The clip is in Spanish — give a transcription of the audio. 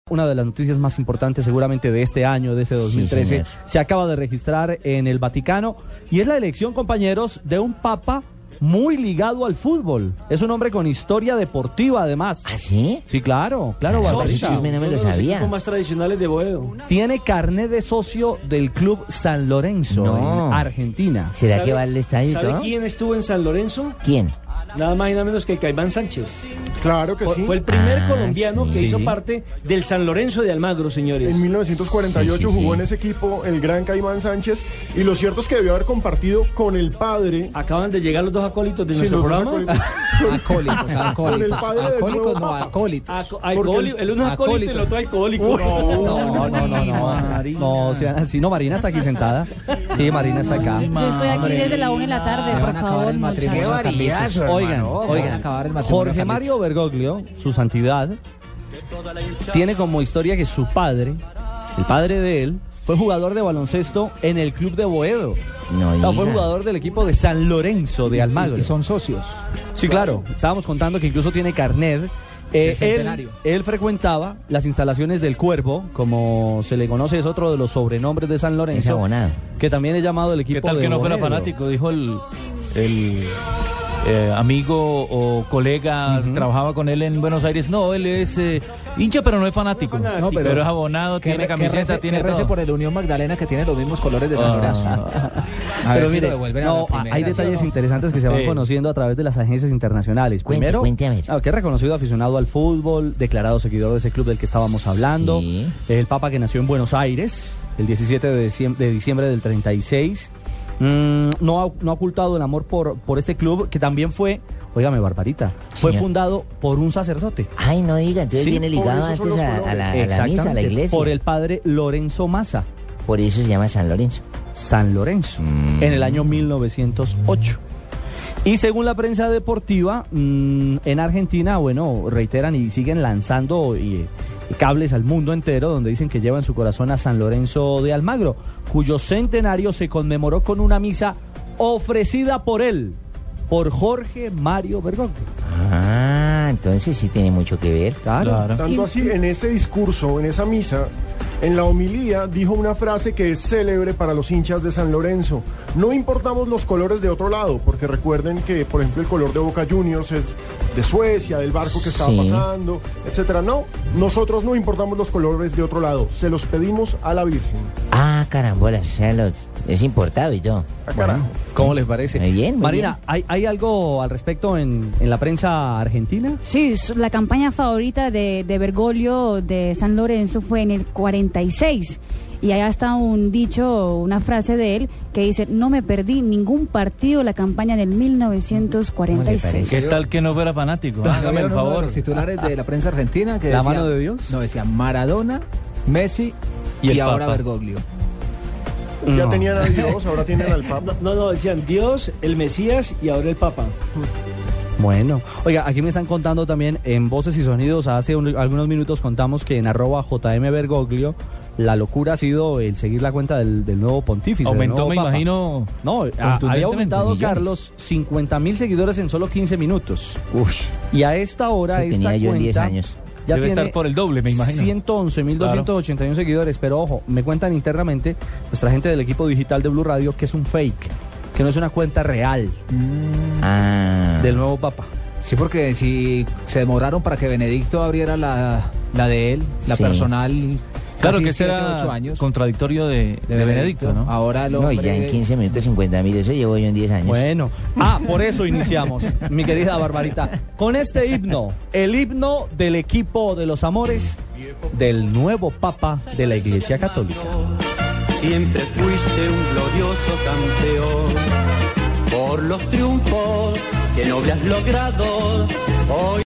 Una de las noticias más importantes seguramente de este año, de este 2013, Sí, se acaba de registrar en el Vaticano y es la elección, compañeros, de un papa muy ligado al fútbol. Es un hombre con historia deportiva, además. ¿Ah, sí? Sí, claro, Barbarita. Chisme no me lo sabía. Los más tradicionales de Boedo. Tiene carnet de socio del club San Lorenzo, No. en Argentina. ¿Será que va al estadio y ¿Sabe todo? quién estuvo en San Lorenzo? ¿Quién? Nada más y nada menos que el Caimán Sánchez. Claro que sí. Fue el primer Ah, colombiano sí. que hizo Sí. parte del San Lorenzo de Almagro, señores. En 1948 Sí, sí, jugó sí. en ese equipo el gran Caimán Sánchez y lo cierto es que debió haber compartido con el padre. Acaban de llegar los dos acólitos de Sí, nuestro los dos programa. acólitos. Acólitos. Con el padre del Acólicos nuevo no, papa. acólitos. El uno es acólito y el otro alcohólico. No, sean así. No, Marina está aquí sentada. Sí, Marina está acá. Yo estoy aquí desde la 1 de la tarde, Le por van a acabar favor, el matrimonio. Qué muchachos. varillazo, Oigan, hermano. Van a oigan, acabar el matrimonio, Jorge Carlitos. Mario Bergoglio, su santidad, tiene como historia que su padre, el padre de él, fue jugador de baloncesto en el club de Boedo. No O sea, fue diga. jugador del equipo de San Lorenzo de Almagro. Y son socios. Sí, claro. Estábamos contando que incluso tiene carnet. Centenario. Él frecuentaba las instalaciones del Cuervo, como se le conoce, es otro de los sobrenombres de San Es Lorenzo, abonado. que también es llamado el equipo ¿Qué tal de que no fuera Boedo. fanático? Dijo el amigo o colega, trabajaba con él en Buenos Aires. No, él es hincha, pero no es fanático. No, pero es abonado, tiene camiseta, tiene rece todo. por el Unión Magdalena, que tiene los mismos colores de San Lorenzo. A ver Pero si mire, lo devuelven a no, la primera, hay ¿sí o detalles no? interesantes que se van Sí. conociendo a través de las agencias internacionales. Cuente, cuente, a ver. que es reconocido aficionado al fútbol, declarado seguidor de ese club del que estábamos hablando. Sí. El Papa que nació en Buenos Aires el 17 de diciembre del 36. No ha ocultado el amor por este club que también fue, óigame, Barbarita, fue Señor. fundado por un sacerdote. Ay, no diga, entonces Sí, viene por ligado eso son antes los a colores. la misa, a la Exactamente, iglesia. por el padre Lorenzo Massa. Por eso se llama San Lorenzo. San Lorenzo, en el año 1908. Y según la prensa deportiva, en Argentina, bueno, reiteran y siguen lanzando cables al mundo entero, donde dicen que lleva en su corazón a San Lorenzo de Almagro, cuyo centenario se conmemoró con una misa ofrecida por él, por Jorge Mario Bergoglio. Ah, entonces sí tiene mucho que ver. Claro. Tanto así, en ese discurso, en esa misa, en la homilía dijo una frase que es célebre para los hinchas de San Lorenzo. No importamos los colores de otro lado, porque recuerden que, por ejemplo, el color de Boca Juniors es de Suecia, del barco que estaba Sí. pasando, etcétera. No, nosotros no importamos los colores de otro lado, se los pedimos a la Virgen. Ah, carambola, es importado y todo. Ah, carajo. ¿Cómo les parece? Muy bien, muy Marina, ¿hay algo al respecto en la prensa argentina? Sí, la campaña favorita de Bergoglio de San Lorenzo fue en el 46. Y allá está un dicho, una frase de él que dice: no me perdí ningún partido de la campaña del 1946. ¿Qué tal que no fuera fanático? Hágame el Uno de favor. los titulares de la prensa argentina que ¿La decía- mano de Dios? No, decía Maradona, Messi Y el ahora Papa. Bergoglio. Ya No. tenían a Dios, ahora tienen al Papa. No, decían Dios, el Mesías y ahora el Papa. Bueno, oiga, aquí me están contando también en Voces y Sonidos, hace algunos minutos contamos que en @JMBergoglio la locura ha sido el seguir la cuenta del nuevo pontífice. del Aumentó, nuevo me papa. imagino. No, contundentemente, había aumentado, millones. Carlos, 50.000 seguidores en solo 15 minutos. Uf, Y a esta hora, eso esta tenía yo en cuenta 10 años. ya Debe tiene estar por el doble, me imagino. 111.281 seguidores. Pero ojo, me cuentan internamente nuestra gente del equipo digital de Blue Radio que es un fake, que no es una cuenta real Ah. del nuevo papa. Sí, porque si se demoraron para que Benedicto abriera la de él, la Sí. personal. Claro casi que este 7, era 8 años contradictorio de Benedicto, ¿no? Ahora el No, hombre... y ya en 15 minutos 50.000, eso llevo yo en 10 años. Bueno, por eso iniciamos, mi querida Barbarita, con este himno, el himno del equipo de los amores del nuevo Papa de la Iglesia Católica. Siempre fuiste un glorioso campeón por los triunfos que no habías logrado. Hoy